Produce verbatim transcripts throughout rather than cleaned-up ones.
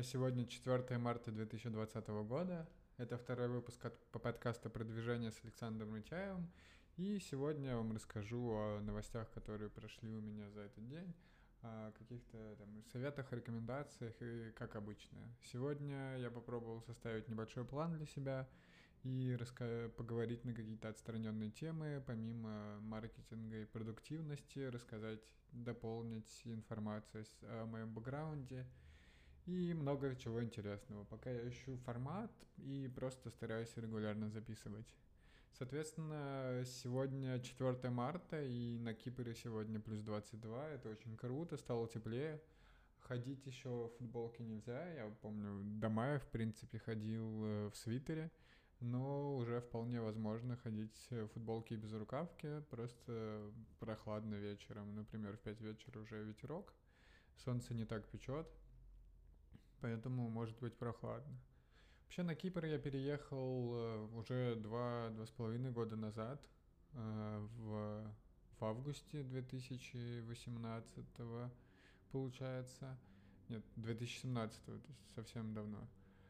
Сегодня четвёртое марта две тысячи двадцатого года. Это второй выпуск от, по подкасту «Продвижение» с Александром Нечаевым. И сегодня я вам расскажу о новостях, которые прошли у меня за этот день, о каких-то там советах, рекомендациях и как обычно. Сегодня я попробовал составить небольшой план для себя и раска- поговорить на какие-то отстраненные темы, помимо маркетинга и продуктивности, рассказать, дополнить информацию с- о моем бэкграунде и много чего интересного. Пока я ищу формат и просто стараюсь регулярно записывать. Соответственно, сегодня четвёртое марта, и на Кипре сегодня плюс двадцать два. Это очень круто, стало теплее. Ходить еще в футболке нельзя. Я помню, до мая, в принципе, ходил э, в свитере, но уже вполне возможно ходить в футболке и без рукавки. Просто прохладно вечером. Например, в пять вечера уже ветерок. Солнце не так печет, поэтому может быть прохладно. Вообще на Кипр я переехал э, уже два, два с половиной года назад, э, в, в августе две тысячи восемнадцатого, получается. Нет, две тысячи семнадцатого, то есть совсем давно.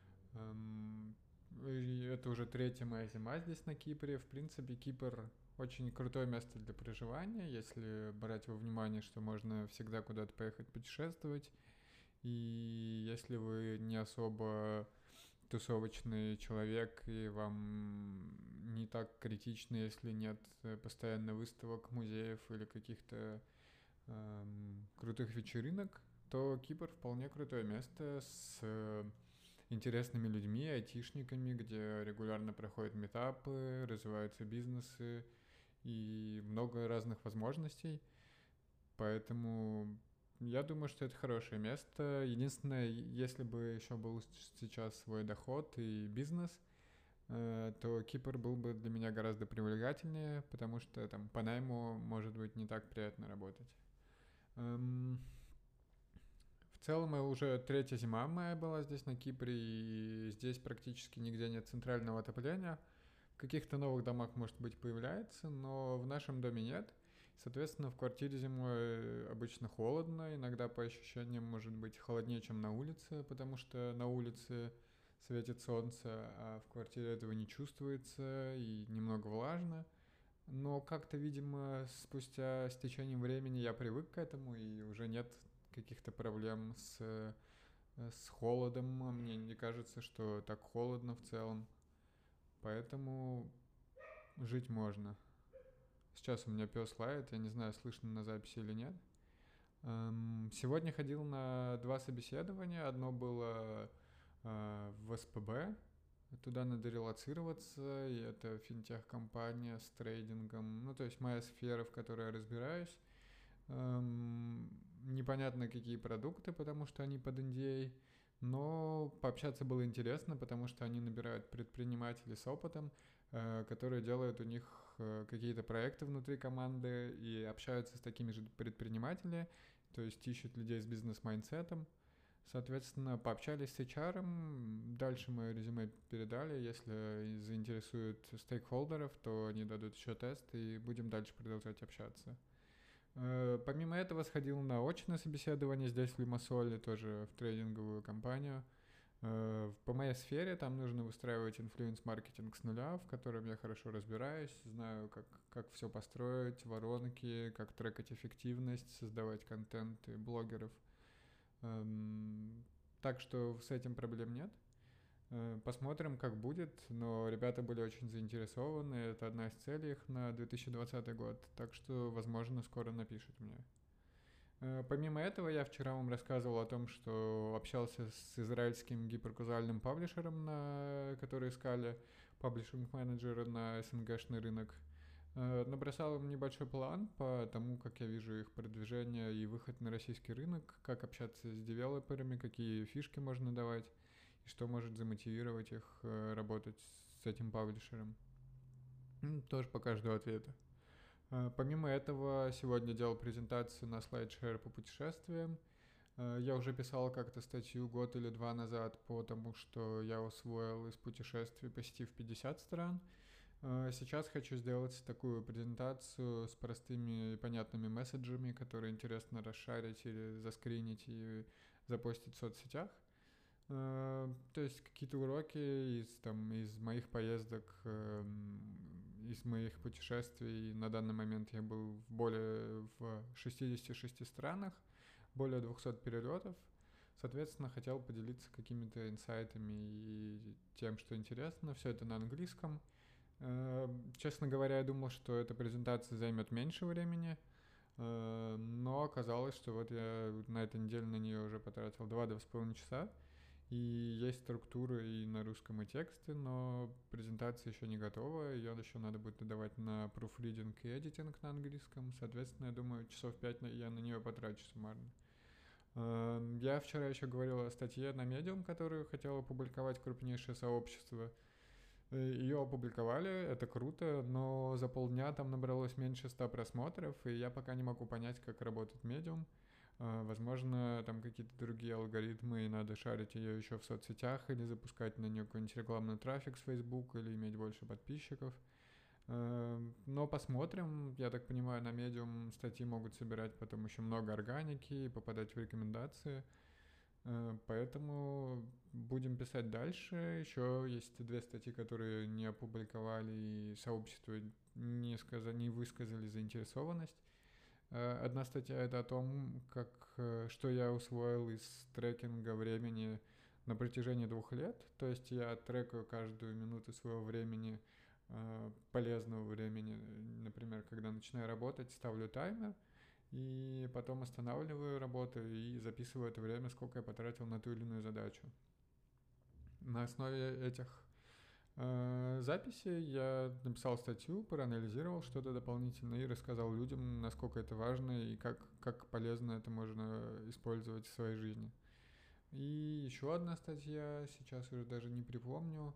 Эм, и это уже третья моя зима здесь на Кипре. В принципе, Кипр очень крутое место для проживания, если брать во внимание, что можно всегда куда-то поехать путешествовать. И если вы не особо тусовочный человек, и вам не так критично, если нет э, постоянно выставок, музеев или каких-то эм, крутых вечеринок, то Кипр вполне крутое место с э, интересными людьми, айтишниками, где регулярно проходят метапы, развиваются бизнесы и много разных возможностей. Поэтому я думаю, что это хорошее место. Единственное, если бы еще был сейчас свой доход и бизнес, э, то Кипр был бы для меня гораздо привлекательнее, потому что там по найму может быть не так приятно работать. Эм, В целом, уже третья зима моя была здесь на Кипре, и здесь практически нигде нет центрального отопления. В каких-то новых домах, может быть, появляется, но в нашем доме нет. Соответственно, в квартире зимой обычно холодно, иногда по ощущениям может быть холоднее, чем на улице, потому что на улице светит солнце, а в квартире этого не чувствуется и немного влажно. Но как-то, видимо, спустя с течением времени я привык к этому, и уже нет каких-то проблем с, э, с холодом. Мне не кажется, что так холодно в целом. Поэтому жить можно. Сейчас у меня пес лает, я не знаю, слышно на записи или нет. Эм, Сегодня ходил на два собеседования. Одно было э, в СПБ. Туда надо релоцироваться, и это финтех-компания с трейдингом. Ну, то есть моя сфера, в которой я разбираюсь. Эм, Непонятно, какие продукты, потому что они под эн ди эй. Но пообщаться было интересно, потому что они набирают предпринимателей с опытом, э, которые делают у них э, какие-то проекты внутри команды и общаются с такими же предпринимателями, то есть ищут людей с бизнес-майндсетом. Соответственно, пообщались с эйч ар, дальше мое резюме передали. Если заинтересует стейкхолдеров, то они дадут еще тест, и будем дальше продолжать общаться. Э, Помимо этого сходил на очное собеседование здесь, в Лимассоле, тоже в трейдинговую компанию. Э, По моей сфере там нужно выстраивать инфлюенс-маркетинг с нуля, в котором я хорошо разбираюсь, знаю, как, как все построить, воронки, как трекать эффективность, создавать контент и блогеров. Эм, Так что с этим проблем нет. Э, Посмотрим, как будет, но ребята были очень заинтересованы, это одна из целей их на две тысячи двадцатый год, так что, возможно, скоро напишут мне. Э, Помимо этого, я вчера вам рассказывал о том, что общался с израильским гиперказуальным паблишером, на, который искали паблишинг-менеджера на эс эн гэ-шный рынок. Э, Набросал им небольшой план по тому, как я вижу их продвижение и выход на российский рынок, как общаться с девелоперами, какие фишки можно давать и что может замотивировать их э, работать с этим паблишером. М, Тоже пока жду ответа. Э, Помимо этого, сегодня делал презентацию на SlideShare по путешествиям. Э, Я уже писал как-то статью год или два назад по тому, что я усвоил из путешествий, посетив пятьдесят стран. Э, Сейчас хочу сделать такую презентацию с простыми и понятными месседжами, которые интересно расшарить или заскринить и запостить в соцсетях. Э, То есть какие-то уроки из, там, из моих поездок, эм, из моих путешествий. На данный момент я был в более в шестидесяти шести странах, более двухсот перелетов. Соответственно, хотел поделиться какими-то инсайтами и тем, что интересно. Все это на английском. Э, Честно говоря, я думал, что эта презентация займет меньше времени, э, но оказалось, что вот я на этой неделе на нее уже потратил два-два с половиной часа. И есть структура и на русском, и тексты, но презентация еще не готова, ее еще надо будет додавать на proofreading и editing на английском. Соответственно, я думаю, часов пять я на нее потрачу суммарно. Эм, Я вчера еще говорил о статье на Medium, которую хотел опубликовать крупнейшее сообщество. Э, Ее опубликовали, это круто, но за полдня там набралось меньше ста просмотров, и я пока не могу понять, как работает Medium. А, Возможно, там какие-то другие алгоритмы, и надо шарить ее еще в соцсетях или запускать на нее какой-нибудь рекламный трафик с Facebook или иметь больше подписчиков. Э, Но посмотрим. Я так понимаю, на Medium статьи могут собирать потом еще много органики и попадать в рекомендации. Э, Поэтому будем писать дальше. Еще есть две статьи, которые не опубликовали, и сообщество не, сказа- не высказали заинтересованность. Э, Одна статья это о том, как, э, что я усвоил из трекинга времени на протяжении двух лет. То есть я трекаю каждую минуту своего времени, э, полезного времени. Например, когда начинаю работать, ставлю таймер, и потом останавливаю работу и записываю это время, сколько я потратил на ту или иную задачу. На основе этих э, записей я написал статью, проанализировал что-то дополнительно и рассказал людям, насколько это важно и как, как полезно это можно использовать в своей жизни. И еще одна статья, сейчас уже даже не припомню.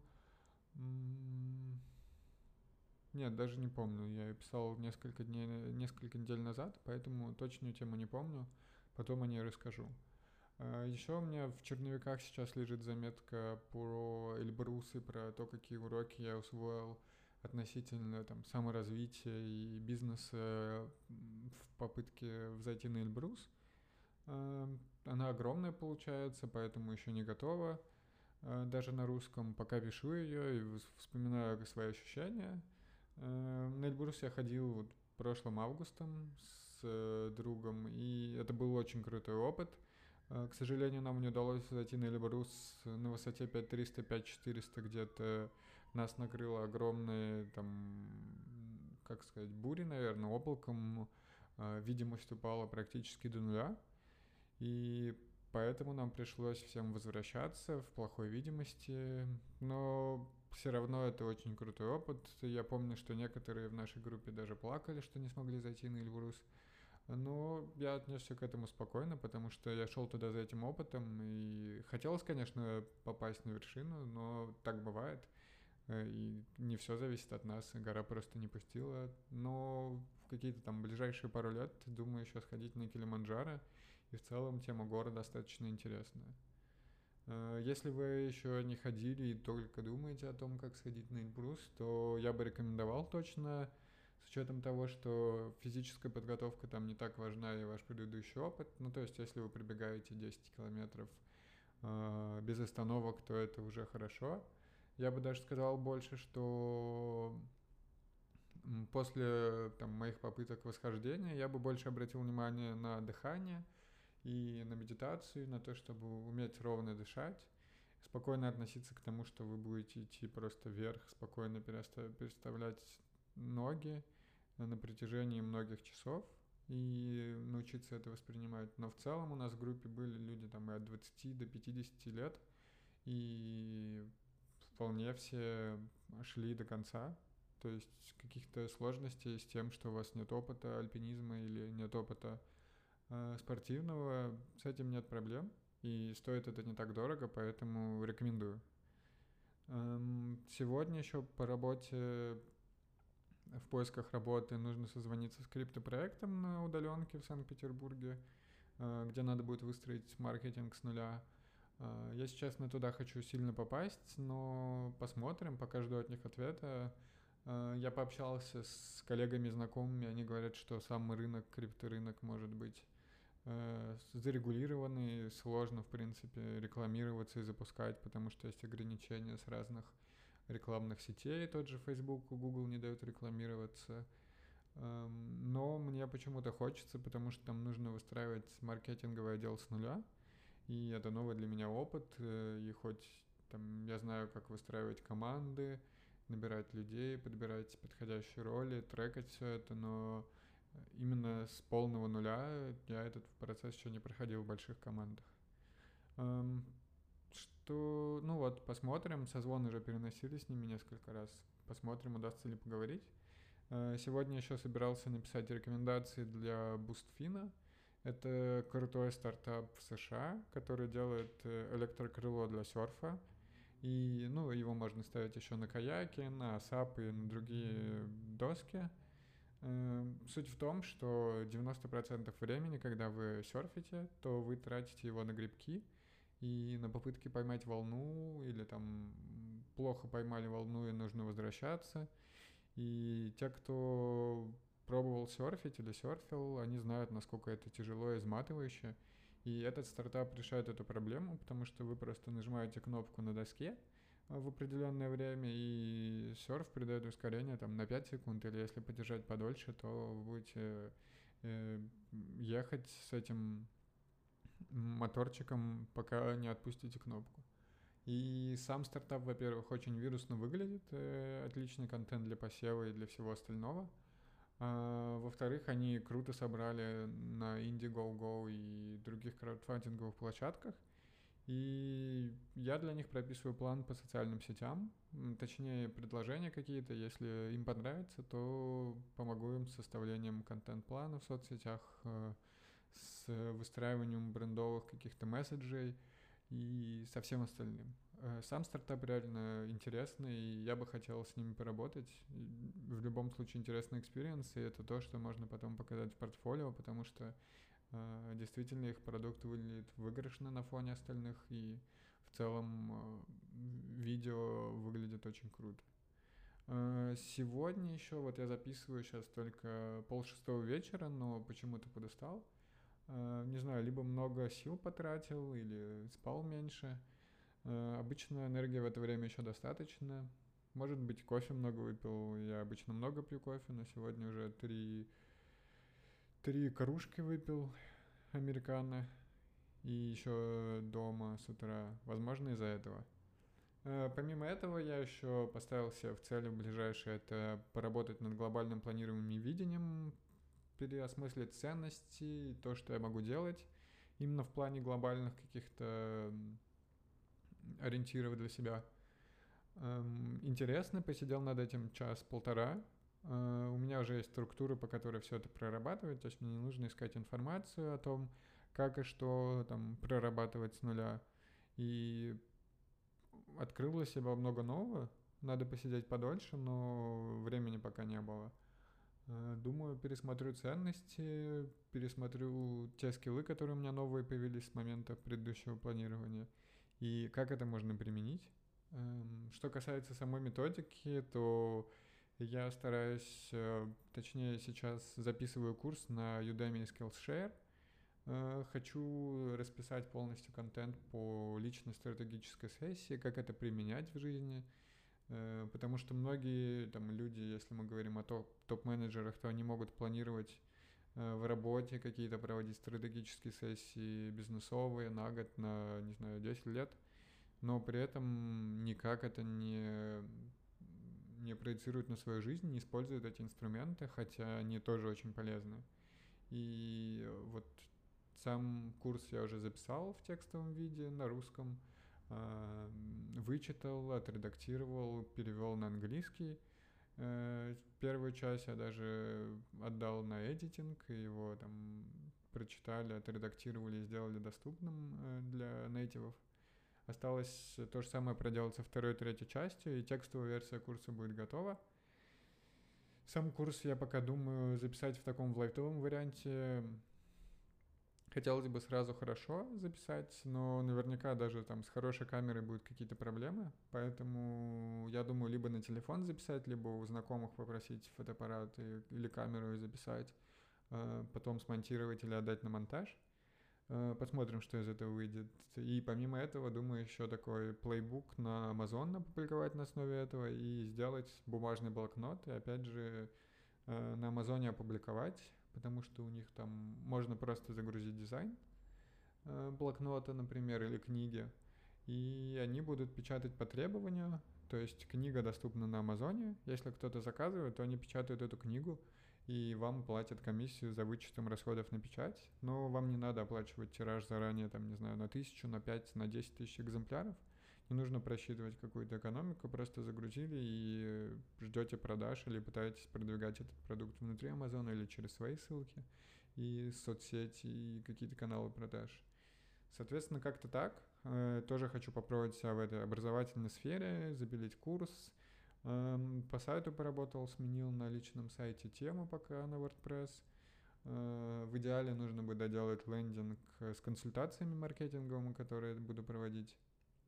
М, Нет, даже не помню. Я ее писал несколько дней, несколько недель назад, поэтому точную тему не помню. Потом о ней расскажу. А, Еще у меня в черновиках сейчас лежит заметка про Эльбрус и про то, какие уроки я усвоил относительно там, саморазвития и бизнеса в попытке взойти на Эльбрус. А, Она огромная получается, поэтому еще не готова. А, Даже на русском пока пишу ее и вспоминаю свои ощущения. А, На Эльбрус я ходил вот прошлым августом с э, другом, и это был очень крутой опыт. К сожалению, нам не удалось зайти на Эльбрус на высоте пять триста пять четыреста где-то. Нас накрыло огромные, там, как сказать, бури, наверное, облаком. Видимость упала практически до нуля. И поэтому нам пришлось всем возвращаться в плохой видимости. Но все равно это очень крутой опыт. Я помню, что некоторые в нашей группе даже плакали, что не смогли зайти на Эльбрус. Но я отнесся к этому спокойно, потому что я шел туда за этим опытом, и хотелось, конечно, попасть на вершину, но так бывает, э, и не все зависит от нас, гора просто не пустила. Но в какие-то там ближайшие пару лет думаю еще сходить на Килиманджаро, и в целом тема гор достаточно интересная. Э, Если вы еще не ходили и только думаете о том, как сходить на Эльбрус, то я бы рекомендовал точно, с учетом того, что физическая подготовка там не так важна и ваш предыдущий опыт. Ну, то есть, если вы пробегаете десять километров э, без остановок, то это уже хорошо. Я бы даже сказал больше, что после там, моих попыток восхождения я бы больше обратил внимание на дыхание и на медитацию, на то, чтобы уметь ровно дышать, спокойно относиться к тому, что вы будете идти просто вверх, спокойно переставлять ноги на протяжении многих часов и научиться это воспринимать. Но в целом у нас в группе были люди там и от двадцати до пятидесяти лет, и вполне все шли до конца. То есть каких-то сложностей с тем, что у вас нет опыта альпинизма или нет опыта э, спортивного, с этим нет проблем. И стоит это не так дорого, поэтому рекомендую. Эм, Сегодня еще по работе, в поисках работы нужно созвониться с криптопроектом на удаленке в Санкт-Петербурге, э, где надо будет выстроить маркетинг с нуля. Э, Я сейчас на туда хочу сильно попасть, но посмотрим, пока жду от них ответа. Э, Я пообщался с коллегами, знакомыми, они говорят, что сам рынок, крипторынок может быть э, зарегулированный, сложно, в принципе, рекламироваться и запускать, потому что есть ограничения с разных рекламных сетей, тот же Facebook, Google не дают рекламироваться. Эм, но мне почему-то хочется, потому что там нужно выстраивать маркетинговый отдел с нуля, и это новый для меня опыт, э, и хоть там я знаю, как выстраивать команды, набирать людей, подбирать подходящие роли, трекать все это, но именно с полного нуля я этот процесс еще не проходил в больших командах. Эм, что, ну вот, посмотрим, созвон уже переносили с ними несколько раз, посмотрим, удастся ли поговорить. Э, сегодня еще собирался написать рекомендации для BoostFina. Это крутой стартап в США, который делает электрокрыло для серфа. И, ну, его можно ставить еще на каяки, на сапы и на другие доски. Суть в том, что девяносто процентов времени, когда вы серфите, то вы тратите его на грибки и на попытки поймать волну, или там плохо поймали волну и нужно возвращаться. И те, кто пробовал серфить или серфил, они знают, насколько это тяжело и изматывающе. И этот стартап решает эту проблему, потому что вы просто нажимаете кнопку на доске в определенное время, и серф придает ускорение там, на пять секунд, или если подержать подольше, то вы будете э, ехать с этим моторчиком, пока не отпустите кнопку. И сам стартап, во-первых, очень вирусно выглядит, э, отличный контент для посева и для всего остального. А, во-вторых, они круто собрали на Indiegogo и других краудфандинговых площадках. И я для них прописываю план по социальным сетям, точнее предложения какие-то. Если им понравится, то помогу им с составлением контент-плана в соцсетях, э, с выстраиванием брендовых каких-то месседжей и со всем остальным. Сам стартап реально интересный, и я бы хотел с ними поработать. В любом случае интересный экспириенс, и это то, что можно потом показать в портфолио, потому что э, действительно их продукт выглядит выигрышно на фоне остальных, и в целом э, видео выглядит очень круто. Э, сегодня еще, вот я записываю сейчас только полшестого вечера, но почему-то подустал. Э, не знаю, либо много сил потратил, или спал меньше. Обычно энергии в это время еще достаточно. Может быть, кофе много выпил. Я обычно много пью кофе, но сегодня уже три, три кружки выпил американо. И еще дома с утра. Возможно, из-за этого. Помимо этого, я еще поставил себе в цель в ближайшее это поработать над глобальным планированием и видением, переосмыслить ценности, то, что я могу делать. Именно в плане глобальных каких-то ориентиров для себя. Эм, интересно, посидел над этим час-полтора. Э, у меня уже есть структура, по которой все это прорабатывать, то есть мне не нужно искать информацию о том, как и что там прорабатывать с нуля. И открыл для себя много нового. Надо посидеть подольше, но времени пока не было. Э, думаю, пересмотрю ценности, пересмотрю те скиллы, которые у меня новые появились с момента предыдущего планирования. И как это можно применить. Что касается самой методики, то я стараюсь, точнее сейчас записываю курс на Udemy Skillshare. Хочу расписать полностью контент по личной стратегической сессии, как это применять в жизни. Потому что многие там, люди, если мы говорим о топ- топ-менеджерах, то они могут планировать в работе какие-то проводить стратегические сессии бизнесовые на год, на, не знаю, десять лет, но при этом никак это не, не проецируют на свою жизнь, не используют эти инструменты, хотя они тоже очень полезны. И вот сам курс я уже записал в текстовом виде на русском, вычитал, отредактировал, перевел на английский. Первую часть я даже отдал на эдитинг, и его там прочитали, отредактировали и сделали доступным для нейтивов. Осталось то же самое проделать со второй и третьей частью, и текстовая версия курса будет готова. Сам курс я пока думаю записать в таком в лайтовом варианте. Хотелось бы сразу хорошо записать, но наверняка даже там с хорошей камерой будут какие-то проблемы, поэтому я думаю либо на телефон записать, либо у знакомых попросить фотоаппарат или камеру и записать, потом смонтировать или отдать на монтаж. Посмотрим, что из этого выйдет. И помимо этого, думаю, еще такой плейбук на Amazon опубликовать на основе этого и сделать бумажный блокнот. И опять же на Амазоне опубликовать, потому что у них там можно просто загрузить дизайн блокнота, например, или книги. И они будут печатать по требованию. То есть книга доступна на Амазоне. Если кто-то заказывает, то они печатают эту книгу, и вам платят комиссию за вычетом расходов на печать. Но вам не надо оплачивать тираж заранее, там, не знаю, на тысячу, на пять, на десять тысяч экземпляров. Не нужно просчитывать какую-то экономику, просто загрузили и ждете продаж или пытаетесь продвигать этот продукт внутри Амазона или через свои ссылки и соцсети, и какие-то каналы продаж. Соответственно, как-то так. Тоже хочу попробовать себя в этой образовательной сфере, запилить курс. По сайту поработал, сменил на личном сайте тему пока на WordPress. В идеале нужно бы доделать лендинг с консультациями маркетинговыми, которые буду проводить.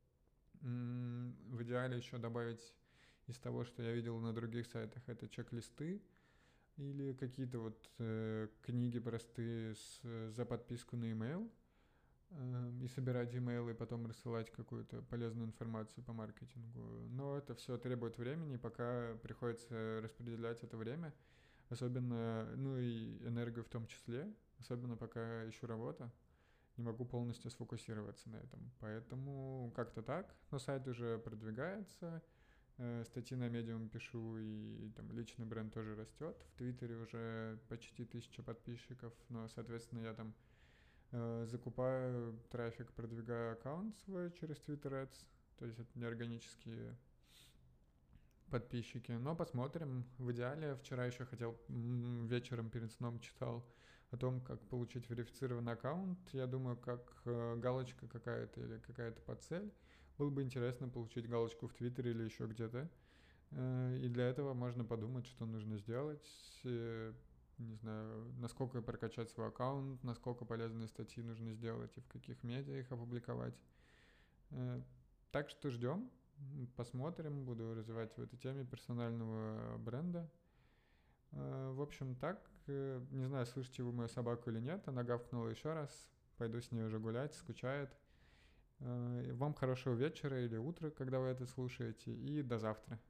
В идеале еще добавить из того, что я видел на других сайтах, это чек-листы или какие-то вот э, книги простые с, за подписку на email э, и собирать имейлы и потом рассылать какую-то полезную информацию по маркетингу. Но это все требует времени, пока приходится распределять это время, особенно, ну и энергию в том числе, особенно пока ищу работу. Не могу полностью сфокусироваться на этом. Поэтому как-то так. Но сайт уже продвигается. Э, статьи на Medium пишу, и там личный бренд тоже растет. В Твиттере уже почти тысяча подписчиков. Но, соответственно, я там э, закупаю трафик, продвигаю аккаунт свой через Twitter Ads. То есть это не органические подписчики. Но посмотрим. В идеале вчера еще хотел, вечером перед сном читал о том, как получить верифицированный аккаунт. Я думаю, как э, галочка какая-то или какая-то подцель. Было бы интересно получить галочку в Твиттере или еще где-то. Э, и для этого можно подумать, что нужно сделать. Э, не знаю, насколько прокачать свой аккаунт, насколько полезные статьи нужно сделать и в каких медиа их опубликовать. Э, так что ждем, посмотрим. Буду развивать в этой теме персонального бренда. Э, в общем, так. Не знаю, слышите вы мою собаку или нет. Она гавкнула еще раз. Пойду с ней уже гулять, скучает. Вам хорошего вечера или утра, когда вы это слушаете. И до завтра.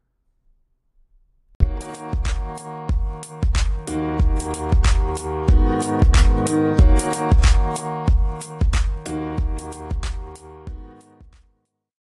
Thank you.